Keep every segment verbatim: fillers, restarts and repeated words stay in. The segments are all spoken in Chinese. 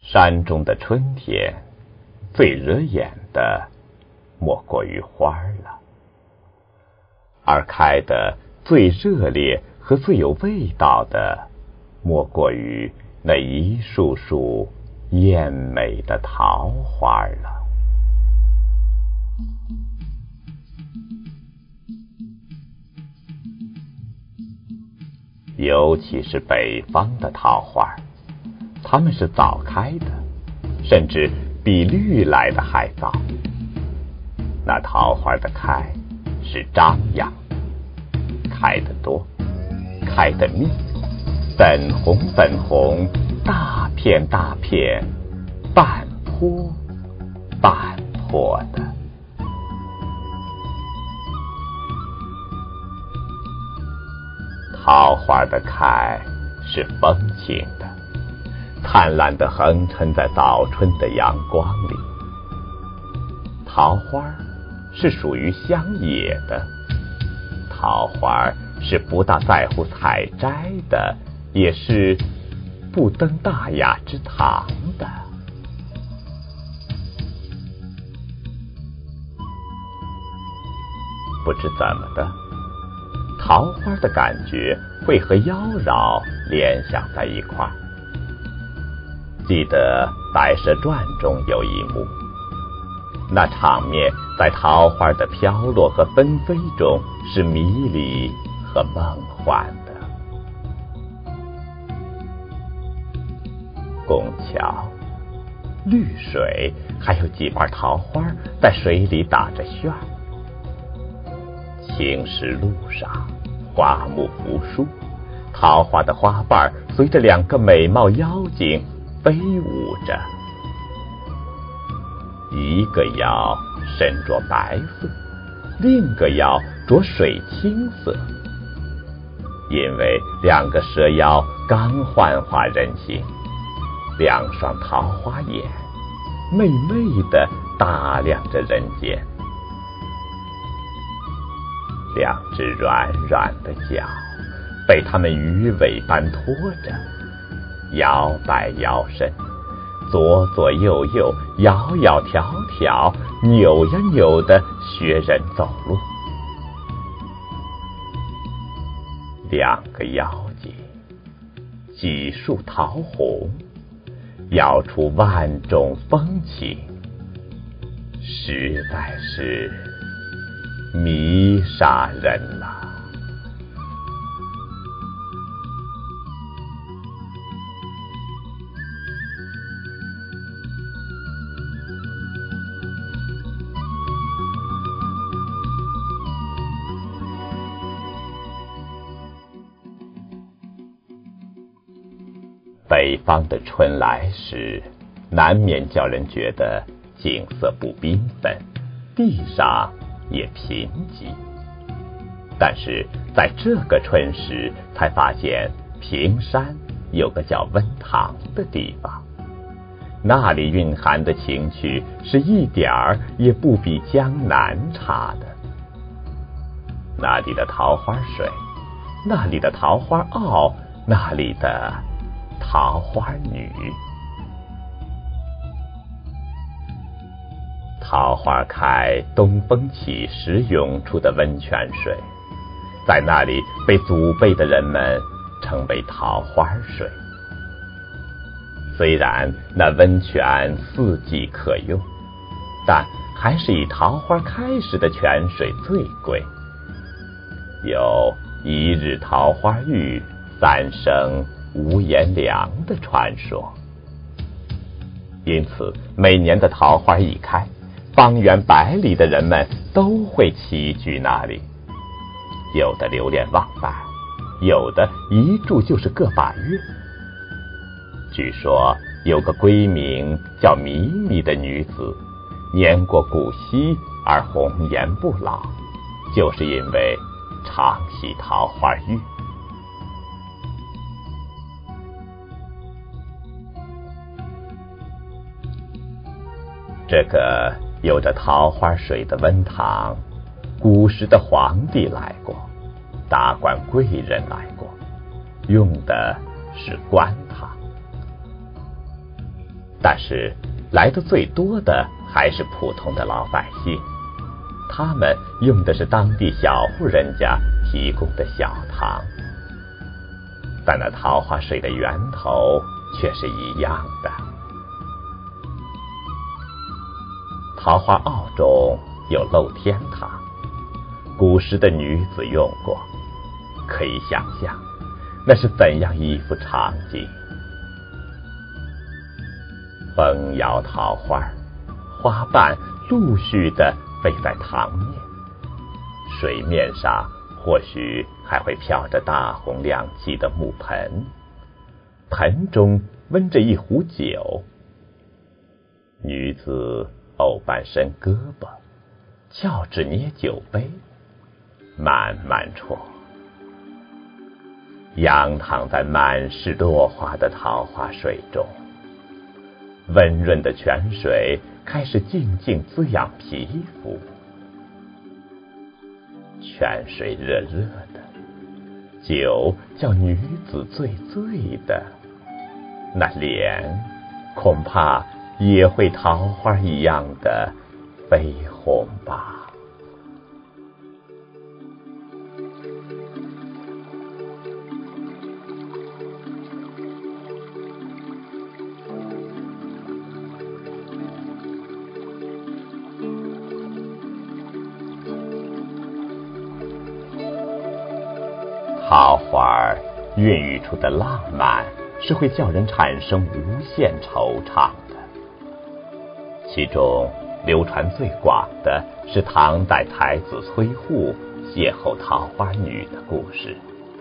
山中的春天，最惹眼的莫过于花了，而开得最热烈和最有味道的，莫过于那一束束艳美的桃花了。尤其是北方的桃花，它们是早开的，甚至比绿来的还早。那桃花的开是张扬，开得多，开得密，粉红粉红，大片大片，半坡半坡的。桃花的开是风情的，灿烂地横陈在早春的阳光里。桃花是属于乡野的，桃花是不大在乎采摘的，也是不登大雅之堂的。不知怎么的，桃花的感觉会和妖娆联想在一块儿。记得《白蛇传》中有一幕，那场面在桃花的飘落和纷飞中是迷离和梦幻的。拱桥、绿水，还有几瓣桃花在水里打着旋儿。青石路上，花木扶疏，桃花的花瓣随着两个美貌妖精飞舞着，一个妖身着白色，另一个妖着水青色，因为两个蛇妖刚幻化人形，两双桃花眼媚媚地打量着人间。两只软软的脚被它们鱼尾般拖着，摇摆摇身，左左右右，摇摇条条，扭呀扭的学人走路。两个妖精，几束桃红，摇出万种风情，实在是迷杀人了。北方的春来时，难免叫人觉得景色不缤纷，地上也贫瘠。但是在这个春时，才发现平山有个叫温塘的地方，那里蕴含的情趣是一点儿也不比江南差的。那里的桃花水，那里的桃花坳，那里的桃花女。桃花开，东风起时涌出的温泉水，在那里被祖辈的人们称为桃花水。虽然那温泉四季可用，但还是以桃花开时的泉水最贵。有一日桃花浴，三生无颜凉的传说。因此每年的桃花一开，方圆百里的人们都会齐聚那里，有的流连忘返，有的一住就是个把月。据说有个闺名叫迷迷的女子，年过古稀而红颜不老，就是因为常洗桃花浴。这个有着桃花水的温塘，古时的皇帝来过，达官贵人来过，用的是官塘。 但是来的最多的还是普通的老百姓，他们用的是当地小户人家提供的小糖，但那桃花水的源头却是一样的。桃花坳中有漏天塔，古时的女子用过，可以想象那是怎样一幅场景。风摇桃花，花瓣陆续地飞在塘面，水面上或许还会飘着大红亮气的木盆，盆中温着一壶酒，女子偶半伸胳膊，翘指捏酒杯，慢慢啜。仰躺在满是落花的桃花水中，温润的泉水开始静静滋养皮肤，泉水热热的，酒叫女子醉醉的，那脸恐怕也会桃花一样的绯红吧。桃花孕育出的浪漫是会叫人产生无限惆怅的，其中流传最广的是唐代才子崔护邂逅桃花女的故事。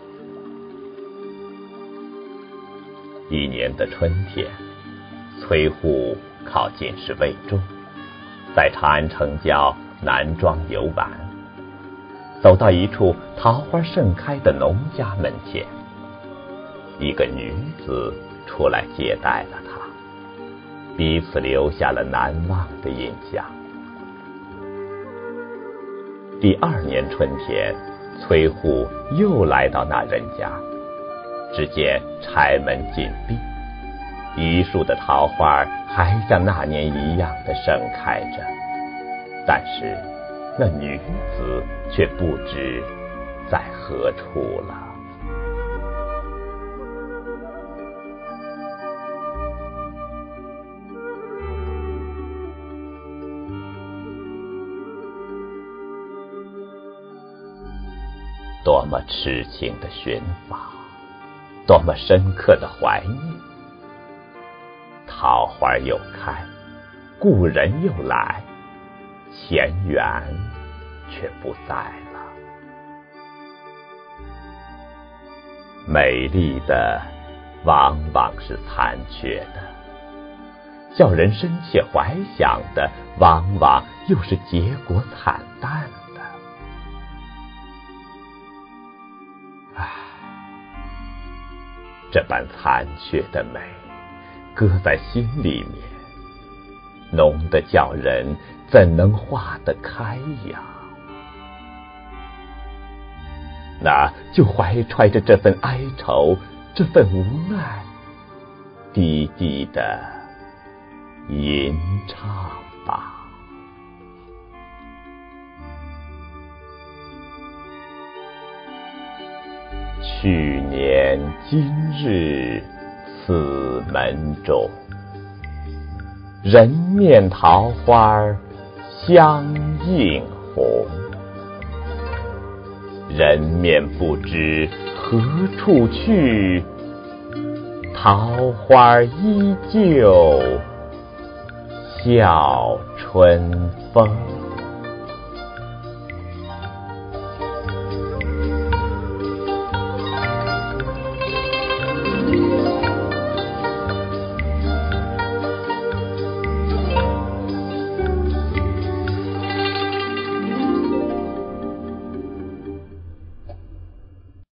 一年的春天，崔护考进士魏中，在长安城郊南庄游玩，走到一处桃花盛开的农家门前，一个女子出来接待了他，彼此留下了难忘的印象。第二年春天，崔护又来到那人家，只见柴门紧闭，一树的桃花还像那年一样的盛开着，但是那女子却不知在何处了。多么痴情的寻访，多么深刻的怀念。桃花又开，故人又来，前缘却不在了。美丽的往往是残缺的，叫人深切怀想的往往又是结果惨淡的。唉，这般残缺的美搁在心里面，浓得叫人怎能化得开呀？那就怀揣着这份哀愁，这份无奈，低低的吟唱吧。去年今日此门中，人面桃花相映红。人面不知何处去，桃花依旧笑春风。